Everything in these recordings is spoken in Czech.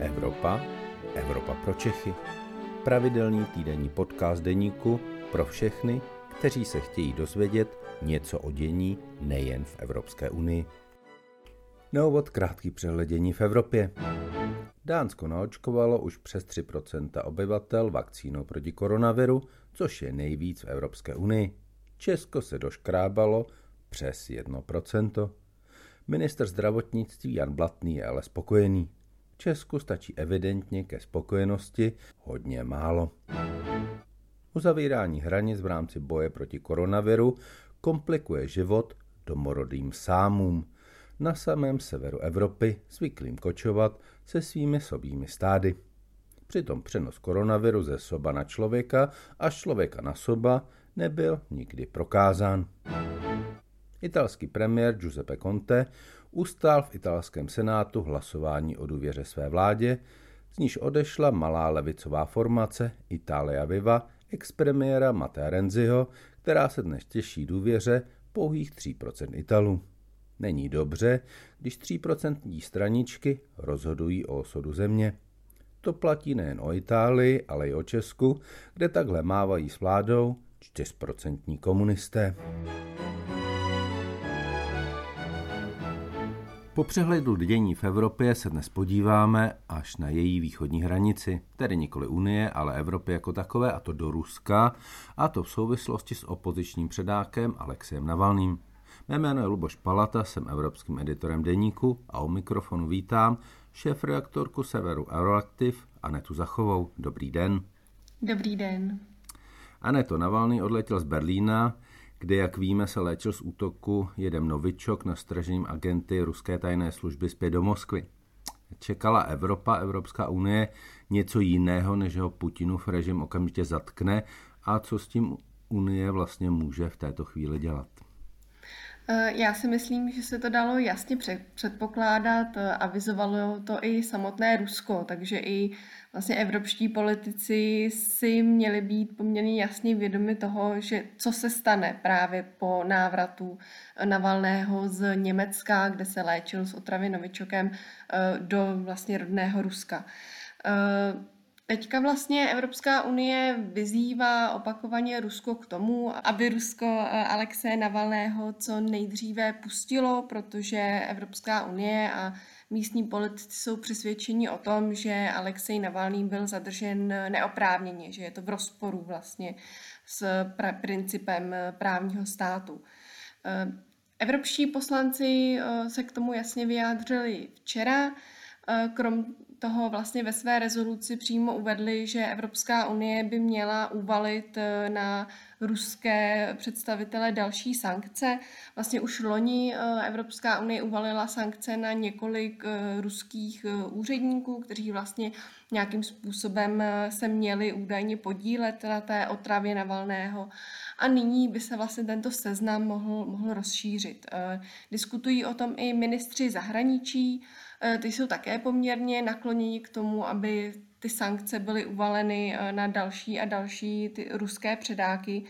Evropa, Evropa pro Čechy. Pravidelný týdenní podcast deníku pro všechny, kteří se chtějí dozvědět něco o dění nejen v Evropské unii. Na úvod krátký přehledění v Evropě. Dánsko naočkovalo už přes 3% obyvatel vakcínou proti koronaviru, což je nejvíc v Evropské unii. Česko se doškrábalo přes 1%. Ministr zdravotnictví Jan Blatný je ale spokojený. V Česku stačí evidentně ke spokojenosti hodně málo. Uzavírání hranic v rámci boje proti koronaviru komplikuje život domorodým sámům. Na samém severu Evropy zvyklým kočovat se svými sobími stády. Přitom přenos koronaviru ze soba na člověka a z člověka na soba nebyl nikdy prokázán. Italský premiér Giuseppe Conte ustál v italském senátu hlasování o důvěře své vládě, z níž odešla malá levicová formace Italia Viva ex-premiéra Mattea Renziho, která se dnes těší důvěře pouhých 3% Italů. Není dobře, když 3% straničky rozhodují o osudu země. To platí nejen o Itálii, ale i o Česku, kde takhle mávají s vládou 4% komunisté. Po přehledu dění v Evropě se dnes podíváme až na její východní hranici, tedy nikoli Unie, ale Evropy jako takové, a to do Ruska, a to v souvislosti s opozičním předákem Alexejem Navalným. Mé jméno je Luboš Palata, jsem evropským editorem deníku a u mikrofonu vítám šéfredaktorku Severu Euroactiv Anetu Zachovou. Dobrý den. Dobrý den. Aneto, Navalný odletěl z Berlína, kde, jak víme, se léčil z útoku jedem Novičok nastraženým agenty ruské tajné služby zpět do Moskvy. Čekala Evropa, Evropská unie něco jiného, než ho Putinův režim okamžitě zatkne, a co s tím Unie vlastně může v této chvíli dělat? Já si myslím, že se to dalo jasně předpokládat, avizovalo to i samotné Rusko, takže i vlastně evropští politici si měli být poměrně jasně vědomi toho, že co se stane právě po návratu Navalného z Německa, kde se léčil z otravy Novičokem, do vlastně rodného Ruska. Teďka vlastně Evropská unie vyzývá opakovaně Rusko k tomu, aby Rusko Alexeje Navalného co nejdříve pustilo, protože Evropská unie a místní politici jsou přesvědčeni o tom, že Alexej Navalný byl zadržen neoprávněně, že je to v rozporu vlastně s principem právního státu. Evropští poslanci se k tomu jasně vyjádřili včera. Krom toho vlastně ve své rezoluci přímo uvedli, že Evropská unie by měla uvalit na ruské představitele další sankce. Vlastně už loni Evropská unie uvalila sankce na několik ruských úředníků, kteří vlastně nějakým způsobem se měli údajně podílet na té otravě Navalného. A nyní by se vlastně tento seznam mohl rozšířit. Diskutují o tom i ministři zahraničí. Ty jsou také poměrně nakloněni k tomu, aby ty sankce byly uvaleny na další a další ty ruské předáky.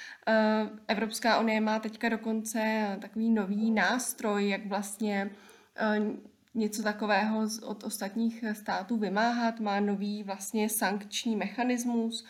Evropská unie má teďka dokonce takový nový nástroj, jak vlastně něco takového od ostatních států vymáhat. Má nový vlastně sankční mechanismus.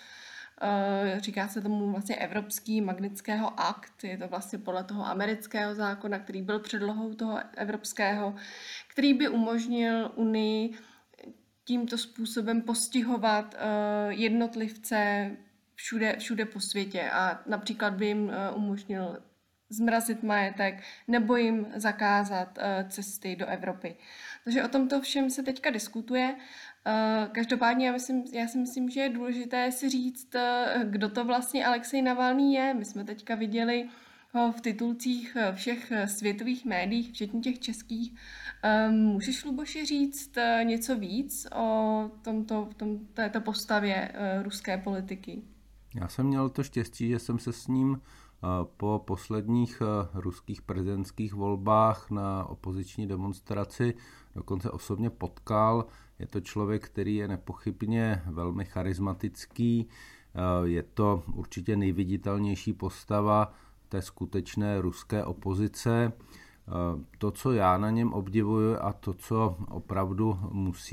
Říká se tomu vlastně Evropský Magnitského akt, je to vlastně podle toho amerického zákona, který byl předlohou toho evropského, který by umožnil Unii tímto způsobem postihovat jednotlivce všude po světě a například by jim umožnil zmrazit majetek nebo jim zakázat cesty do Evropy. Takže o tomto všem se teďka diskutuje. Každopádně já si myslím, že je důležité si říct, kdo to vlastně Alexej Navalný je. My jsme teďka viděli ho v titulcích všech světových médiích, včetně těch českých. Můžeš, Luboši, říct něco víc o této postavě ruské politiky? Já jsem měl to štěstí, že jsem se s ním po posledních ruských prezidentských volbách na opoziční demonstraci dokonce osobně potkal. Je to člověk, který je nepochybně velmi charismatický, je to určitě nejviditelnější postava té skutečné ruské opozice. To, co já na něm obdivuji a to, co opravdu musí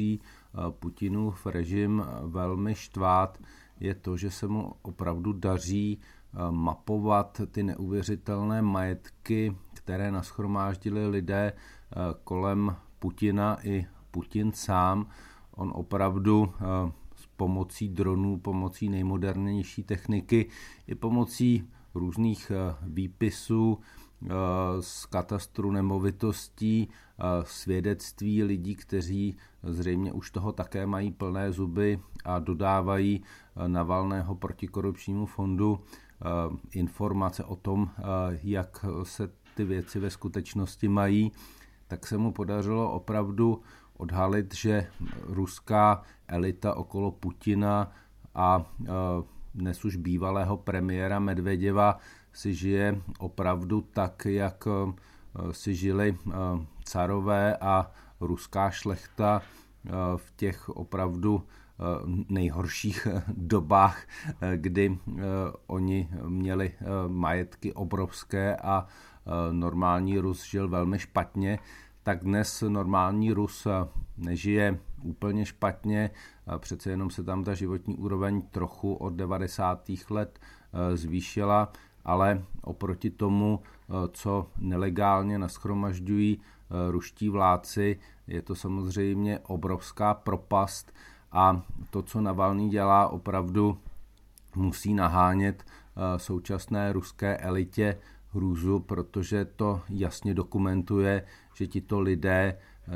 Putinův režim velmi štvát, je to, že se mu opravdu daří mapovat ty neuvěřitelné majetky, které nashromáždili lidé kolem Putina i Putin sám. On opravdu s pomocí dronů, pomocí nejmodernější techniky i pomocí různých výpisů z katastru nemovitostí, svědectví lidí, kteří zřejmě už toho také mají plné zuby a dodávají Navalného protikorupčnímu fondu informace o tom, jak se ty věci ve skutečnosti mají, tak se mu podařilo opravdu odhalit, že ruská elita okolo Putina a dnes už bývalého premiéra Medveděva si žije opravdu tak, jak si žili carové a ruská šlechta v těch opravdu nejhorších dobách, kdy oni měli majetky obrovské a normální Rus žil velmi špatně, tak dnes normální Rus nežije úplně špatně, přece jenom se tam ta životní úroveň trochu od 90. let zvýšila, ale oproti tomu, co nelegálně nashromažďují ruští vládci, je to samozřejmě obrovská propast a to, co Navalný dělá, opravdu musí nahánět současné ruské elitě hrůzu, protože to jasně dokumentuje, že tito lidé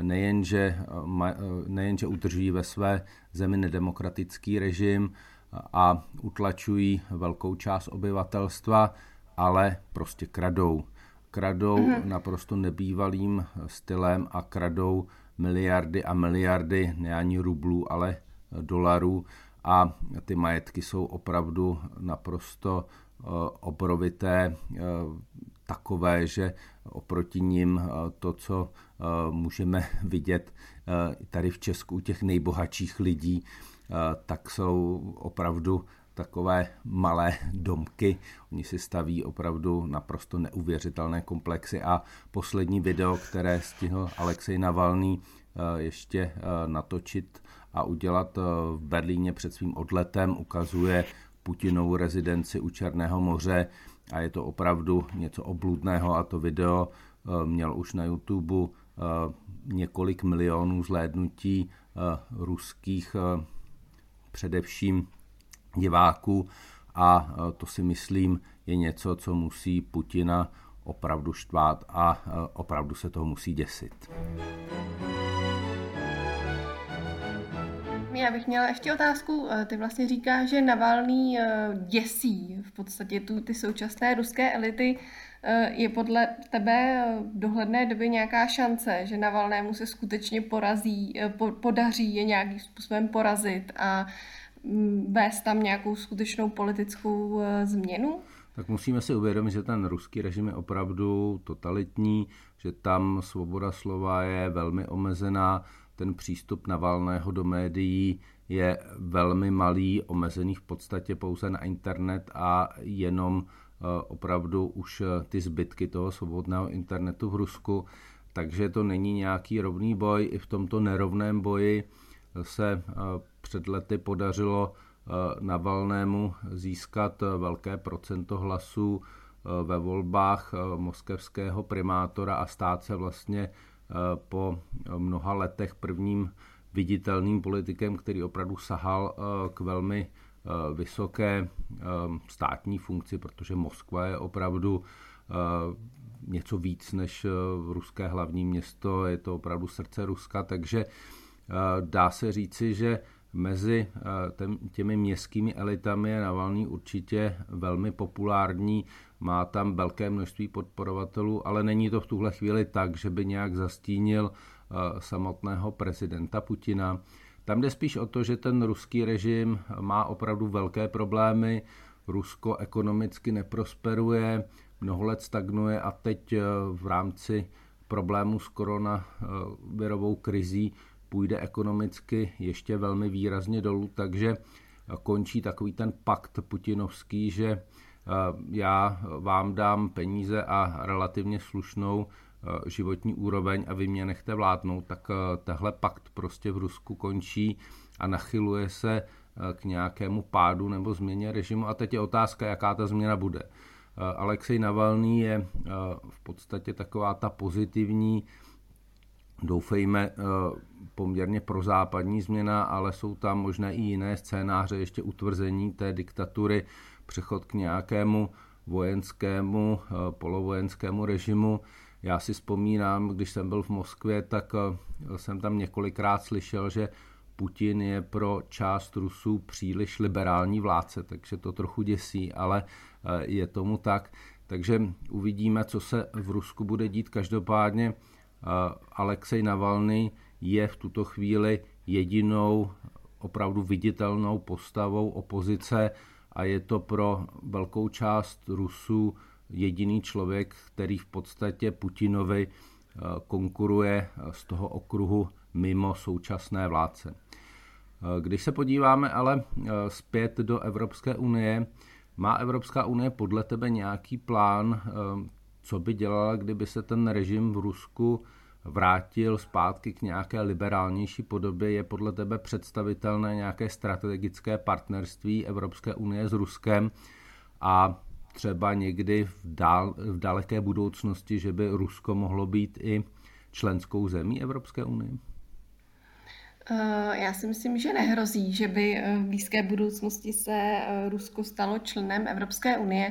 nejenže udržují ve své zemi nedemokratický režim a utlačují velkou část obyvatelstva, ale prostě kradou. Kradou naprosto nebývalým stylem a kradou miliardy a miliardy, ne ani rublů, ale dolarů a ty majetky jsou opravdu naprosto obrovité, takové, že oproti nim to, co můžeme vidět tady v Česku těch nejbohatších lidí, tak jsou opravdu takové malé domky. Oni si staví opravdu naprosto neuvěřitelné komplexy a poslední video, které stihl Alexej Navalný ještě natočit a udělat v Berlíně před svým odletem, ukazuje Putinovu rezidenci u Černého moře a je to opravdu něco obludného a to video měl už na YouTube několik milionů zhlédnutí ruských především diváků a to si myslím je něco, co musí Putina opravdu štvát a opravdu se toho musí děsit. Já bych měla ještě otázku. Ty vlastně říkáš, že Navalný děsí v podstatě ty současné ruské elity. Je podle tebe v dohledné době nějaká šance, že Navalnému se skutečně podaří je nějakým způsobem porazit a vést tam nějakou skutečnou politickou změnu? Tak musíme si uvědomit, že ten ruský režim je opravdu totalitní, že tam svoboda slova je velmi omezená, ten přístup Navalného do médií je velmi malý, omezený v podstatě pouze na internet a jenom opravdu už ty zbytky toho svobodného internetu v Rusku. Takže to není nějaký rovný boj. I v tomto nerovném boji se před lety podařilo Navalnému získat velké procento hlasů ve volbách moskevského primátora a stát se vlastně po mnoha letech prvním viditelným politikem, který opravdu sahal k velmi vysoké státní funkci, protože Moskva je opravdu něco víc než ruské hlavní město, je to opravdu srdce Ruska, takže dá se říci, že mezi těmi městskými elitami je Navalný určitě velmi populární, má tam velké množství podporovatelů, ale není to v tuhle chvíli tak, že by nějak zastínil samotného prezidenta Putina. Tam jde spíš o to, že ten ruský režim má opravdu velké problémy, Rusko ekonomicky neprosperuje, mnoho let stagnuje a teď v rámci problémů s koronavirovou krizí půjde ekonomicky ještě velmi výrazně dolů, takže končí takový ten pakt putinovský, že já vám dám peníze a relativně slušnou životní úroveň a vy mě nechte vládnout, tak tehle pakt prostě v Rusku končí a nachyluje se k nějakému pádu nebo změně režimu. A teď je otázka, jaká ta změna bude. Alexej Navalný je v podstatě taková ta pozitivní, doufejme, poměrně prozápadní změna, ale jsou tam možná i jiné scénáře, ještě utvrzení té diktatury, přechod k nějakému vojenskému, polovojenskému režimu. Já si vzpomínám, když jsem byl v Moskvě, tak jsem tam několikrát slyšel, že Putin je pro část Rusů příliš liberální vládce, takže to trochu děsí, ale je tomu tak. Takže uvidíme, co se v Rusku bude dít. Každopádně Alexej Navalný je v tuto chvíli jedinou opravdu viditelnou postavou opozice a je to pro velkou část Rusů jediný člověk, který v podstatě Putinovi konkuruje z toho okruhu mimo současné vládce. Když se podíváme ale zpět do Evropské unie, má Evropská unie podle tebe nějaký plán, co by dělala, kdyby se ten režim v Rusku vrátil zpátky k nějaké liberálnější podobě? Je podle tebe představitelné nějaké strategické partnerství Evropské unie s Ruskem a třeba někdy v daleké budoucnosti, že by Rusko mohlo být i členskou zemí Evropské unie? Já si myslím, že nehrozí, že by v blízké budoucnosti se Rusko stalo členem Evropské unie.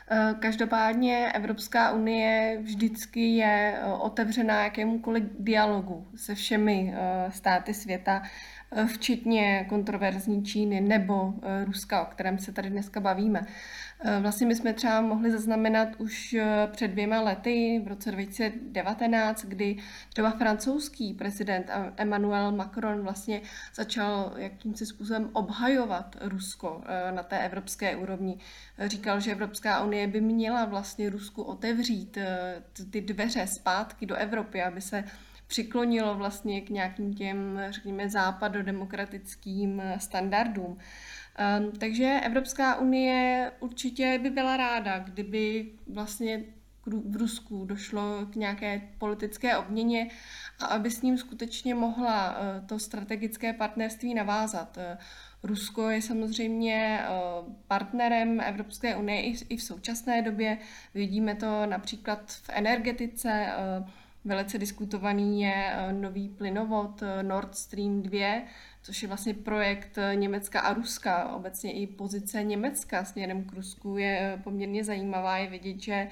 Každopádně Evropská unie vždycky je otevřená jakémukoliv dialogu se všemi státy světa, včetně kontroverzní Číny nebo Ruska, o kterém se tady dneska bavíme. Vlastně my jsme třeba mohli zaznamenat už před 2 lety, v roce 2019, kdy třeba francouzský prezident Emmanuel Macron vlastně začal jakýmsi způsobem obhajovat Rusko na té evropské úrovni. Říkal, že Evropská unie by měla vlastně Rusku otevřít ty dveře zpátky do Evropy, aby se přiklonilo vlastně k nějakým těm, řekněme, západodemokratickým standardům. Takže Evropská unie určitě by byla ráda, kdyby vlastně v Rusku došlo k nějaké politické obměně a aby s ním skutečně mohla to strategické partnerství navázat. Rusko je samozřejmě partnerem Evropské unie i v současné době. Vidíme to například v energetice. Velice diskutovaný je nový plynovod Nord Stream 2, což je vlastně projekt Německa a Ruska. Obecně i pozice Německa směrem k Rusku je poměrně zajímavá. Je vidět, že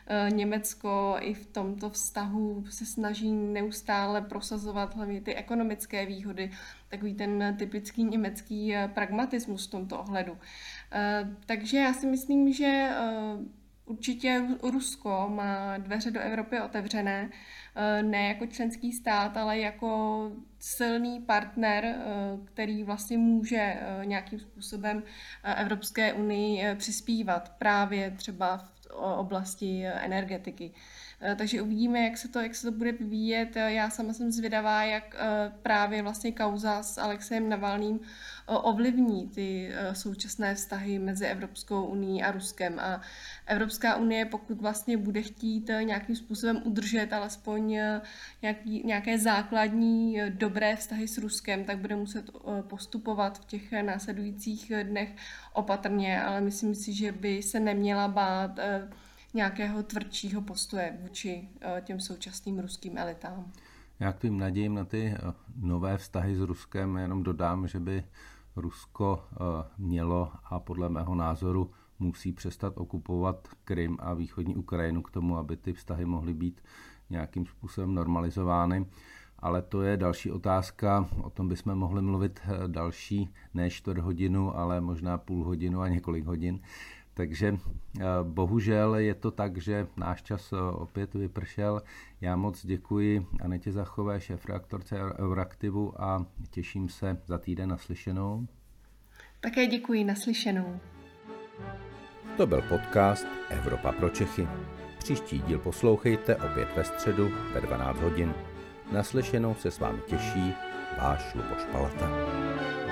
Německo i v tomto vztahu se snaží neustále prosazovat hlavně ty ekonomické výhody, takový ten typický německý pragmatismus v tomto ohledu. Takže já si myslím, že určitě Rusko má dveře do Evropy otevřené, ne jako členský stát, ale jako silný partner, který vlastně může nějakým způsobem Evropské unii přispívat právě třeba v oblasti energetiky. Takže uvidíme, jak se to bude vyvíjet. Já sama jsem zvědavá, jak právě vlastně kauza s Alexejem Navalným ovlivní ty současné vztahy mezi Evropskou unií a Ruskem. A Evropská unie, pokud vlastně bude chtít nějakým způsobem udržet alespoň nějaké základní dobré vztahy s Ruskem, tak bude muset postupovat v těch následujících dnech opatrně, ale myslím si, že by se neměla bát nějakého tvrdšího postoje vůči těm současným ruským elitám. Já k tvým nadějím na ty nové vztahy s Ruskem jenom dodám, že by Rusko mělo a podle mého názoru musí přestat okupovat Krym a východní Ukrajinu k tomu, aby ty vztahy mohly být nějakým způsobem normalizovány. Ale to je další otázka, o tom bychom mohli mluvit další ne 4 hodinu, ale možná půl hodinu a několik hodin. Takže bohužel je to tak, že náš čas opět vypršel. Já moc děkuji Anetě Zachové, šéfredaktorce Euraktivu a těším se za týden naslyšenou. Také děkuji, naslyšenou. To byl podcast Evropa pro Čechy. Příští díl poslouchejte opět ve středu ve 12 hodin. Naslyšenou se s vámi těší váš Luboš Palata.